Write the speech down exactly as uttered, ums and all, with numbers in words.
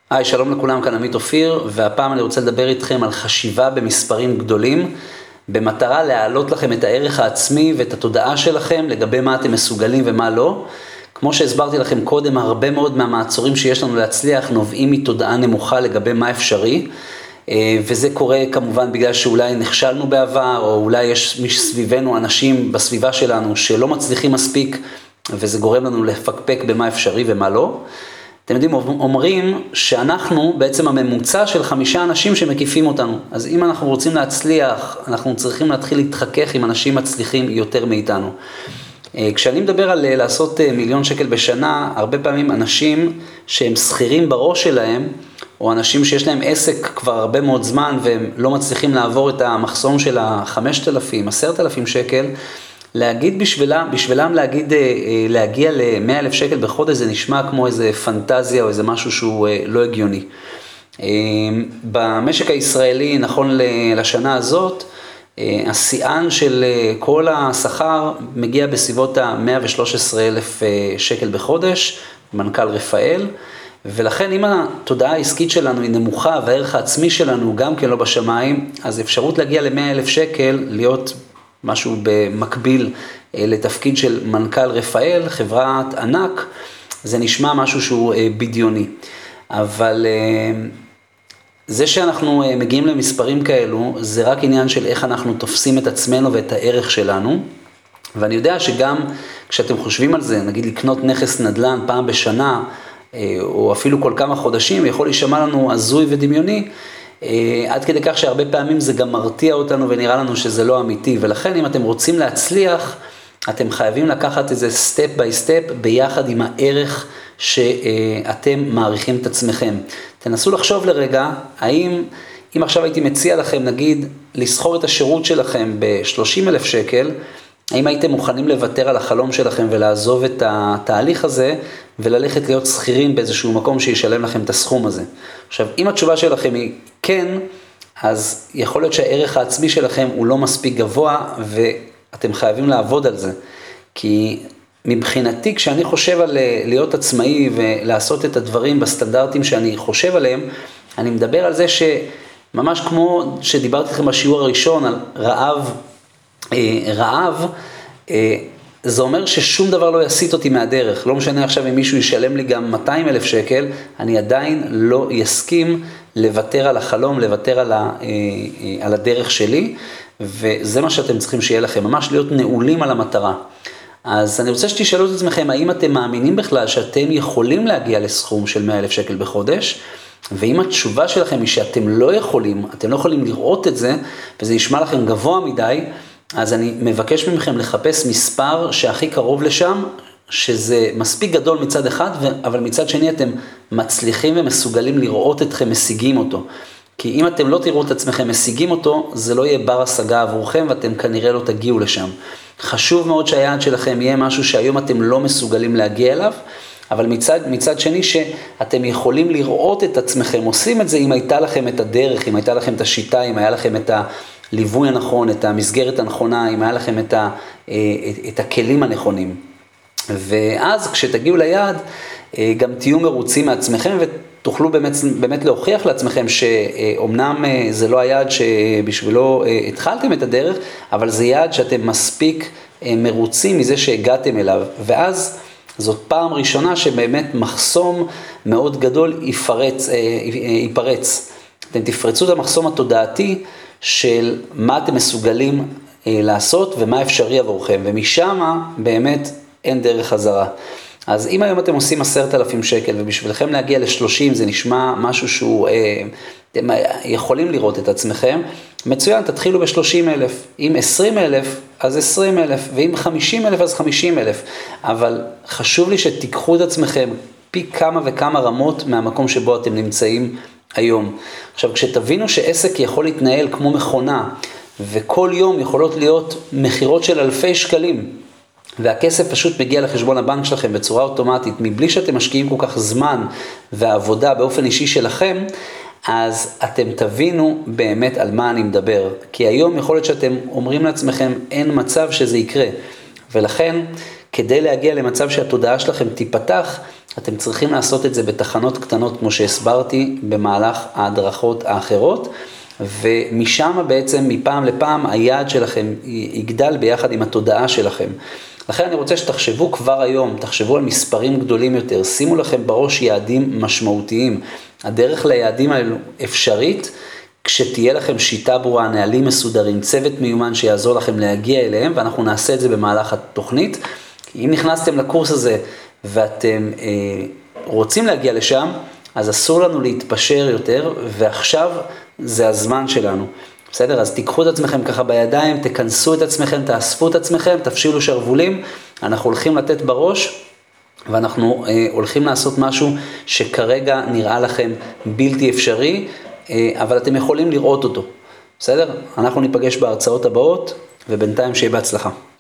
היי, שלום לכולם, כאן עמית אופיר, והפעם אני רוצה לדבר איתכם על חשיבה במספרים גדולים, במטרה להעלות לכם את הערך העצמי ואת התודעה שלכם לגבי מה אתם מסוגלים ומה לא. כמו שהסברתי לכם קודם, הרבה מאוד מהמעצורים שיש לנו להצליח נובעים מתודעה נמוכה לגבי מה אפשרי, וזה קורה כמובן בגלל שאולי נכשלנו בעבר, או אולי יש מסביבנו אנשים בסביבה שלנו שלא מצליחים מספיק, וזה גורם לנו לפקפק במה אפשרי ומה לא. אתם יודעים, אומרים שאנחנו בעצם הממוצע של חמישה אנשים שמקיפים אותנו. אז אם אנחנו רוצים להצליח, אנחנו צריכים להתחיל להתחכך עם אנשים מצליחים יותר מאיתנו. כשאני מדבר על לעשות מיליון שקל בשנה, הרבה פעמים אנשים שהם שכירים בראש שלהם, או אנשים שיש להם עסק כבר הרבה מאוד זמן, והם לא מצליחים לעבור את המחסום של ה-חמשת אלפים, עשרת אלפים שקל, להגיד בשבילם, בשבילם להגיד, להגיע ל-מאה אלף שקל בחודש, זה נשמע כמו איזה פנטזיה או איזה משהו שהוא לא הגיוני. במשק הישראלי, נכון לשנה הזאת, השיאן של כל השכר מגיע בסביבות ה-מאה ושלושה עשר אלף שקל בחודש, מנכ"ל רפאל, ולכן אם התודעה העסקית שלנו היא נמוכה והערך העצמי שלנו גם כן לא בשמיים, אז אפשרות להגיע ל-מאה אלף שקל, להיות משהו במקביל לתפקיד של מנכ"ל רפאל, חברת ענק, זה נשמע משהו שהוא בדיוני. אבל זה שאנחנו מגיעים למספרים כאלו, זה רק עניין של איך אנחנו תופסים את עצמנו ואת הערך שלנו. ואני יודע שגם כשאתם חושבים על זה, נגיד לקנות נכס נדל"ן פעם בשנה, או אפילו כל כמה חודשים, יכול להישמע לנו הזוי ודמיוני, עד כדי כך שהרבה פעמים זה גם מרתיע אותנו ונראה לנו שזה לא אמיתי, ולכן אם אתם רוצים להצליח, אתם חייבים לקחת איזה סטפ ביי סטפ ביחד עם הערך שאתם מעריכים את עצמכם. תנסו לחשוב לרגע, האם אם עכשיו הייתי מציע לכם נגיד לסחור את השירות שלכם ב-שלושים אלף שקל, האם הייתם מוכנים לוותר על החלום שלכם ולעזוב את התהליך הזה וללכת להיות שכירים באיזשהו מקום שישלם לכם את הסכום הזה? עכשיו, אם התשובה שלכם היא כן, אז יכול להיות שהערך העצמי שלכם הוא לא מספיק גבוה ואתם חייבים לעבוד על זה. כי מבחינתי, כשאני חושב על להיות עצמאי ולעשות את הדברים בסטנדרטים שאני חושב עליהם, אני מדבר על זה שממש כמו שדיברתי לכם בשיעור הראשון על רעב, רעב, זה אומר ששום דבר לא יסיט אותי מהדרך. לא משנה עכשיו אם מישהו ישלם לי גם מאתיים אלף שקל, אני עדיין לא יסכים לוותר על החלום, לוותר על, ה, על הדרך שלי, וזה מה שאתם צריכים שיהיה לכם, ממש להיות נעולים על המטרה. אז אני רוצה שתשאלו את עצמכם, האם אתם מאמינים בכלל שאתם יכולים להגיע לסכום של מאה אלף שקל בחודש? ואם התשובה שלכם היא שאתם לא יכולים, אתם לא יכולים לראות את זה, וזה ישמע לכם גבוה מדי, אז אני מבקש מכם לחפש מספר שהכי קרוב לשם, שזה מספיק גדול מצד אחד, אבל מצד שני אתם מצליחים ומסוגלים לראות אתכם משיגים אותו. כי אם אתם לא תראו את עצמכם משיגים אותו, זה לא יהיה בר השגה עבורכם, ואתם כנראה לא תגיעו לשם. חשוב מאוד שהיעד שלכם יהיה משהו שהיום אתם לא מסוגלים להגיע אליו, אבל מצד, מצד שני שאתם יכולים לראות את עצמכם, עושים את זה אם הייתה לכם את הדרך, אם הייתה לכם את השיטה, אם היה לכם את הליווי הנכון, את המסגרת הנכונה, אם היה לכם את, ה, את, את הכלים הנכונים. ואז כשתגיעו ליעד, גם תהיו מרוצים מעצמכם ותוכלו באמת, באמת להוכיח לעצמכם שאומנם זה לא היעד שבשבילו התחלתם את הדרך, אבל זה יעד שאתם מספיק מרוצים מזה שהגעתם אליו. ואז זאת פעם ראשונה שבאמת מחסום מאוד גדול יפרץ, ייפרץ. אתם תפרצו את המחסום התודעתי של מה אתם מסוגלים לעשות ומה אפשרי עבורכם, ומשם באמת אין דרך חזרה. אז אם היום אתם עושים עשרת אלפים שקל, ובשבילכם להגיע ל-שלושים, זה נשמע משהו שהוא, אתם יכולים לראות את עצמכם, מצוין, תתחילו ב-שלושים אלף, אם עשרים אלף, אז עשרים אלף, ואם חמישים אלף, אז חמישים אלף, אבל חשוב לי שתיקחו את עצמכם פי כמה וכמה רמות מהמקום שבו אתם נמצאים היום. עכשיו, כשתבינו שעסק יכול להתנהל כמו מכונה, וכל יום יכולות להיות מחירות של אלפי שקלים, והכסף פשוט מגיע לחשבון הבנק שלכם בצורה אוטומטית, מבלי שאתם משקיעים כל כך זמן ועבודה באופן אישי שלכם, אז אתם תבינו באמת על מה אני מדבר. כי היום יכול להיות שאתם אומרים לעצמכם, אין מצב שזה יקרה. ולכן, כדי להגיע למצב שהתודעה שלכם תיפתח, אתם צריכים לעשות את זה בתחנות קטנות, כמו שהסברתי, במהלך ההדרכות האחרות, ומשם בעצם, מפעם לפעם, היעד שלכם יגדל ביחד עם התודעה שלכם. לכן אני רוצה שתחשבו כבר היום, תחשבו על מספרים גדולים יותר, שימו לכם בראש יעדים משמעותיים. הדרך ליעדים האלו אפשרית, כשתהיה לכם שיטה ברורה, נהלים מסודרים, צוות מיומן שיעזור לכם להגיע אליהם, ואנחנו נעשה את זה במהלך התוכנית. אם נכנסתם לקורס הזה ואתם אה, רוצים להגיע לשם, אז אסור לנו להתפשר יותר, ועכשיו זה הזמן שלנו. בסדר? אז תיקחו את עצמכם ככה בידיים, תכנסו את עצמכם, תאספו את עצמכם, תפשילו שרבולים, אנחנו הולכים לתת בראש, ואנחנו אה, הולכים לעשות משהו שכרגע נראה לכם בלתי אפשרי, אה, אבל אתם יכולים לראות אותו. בסדר? אנחנו ניפגש בהרצאות הבאות, ובינתיים שיהיה בהצלחה.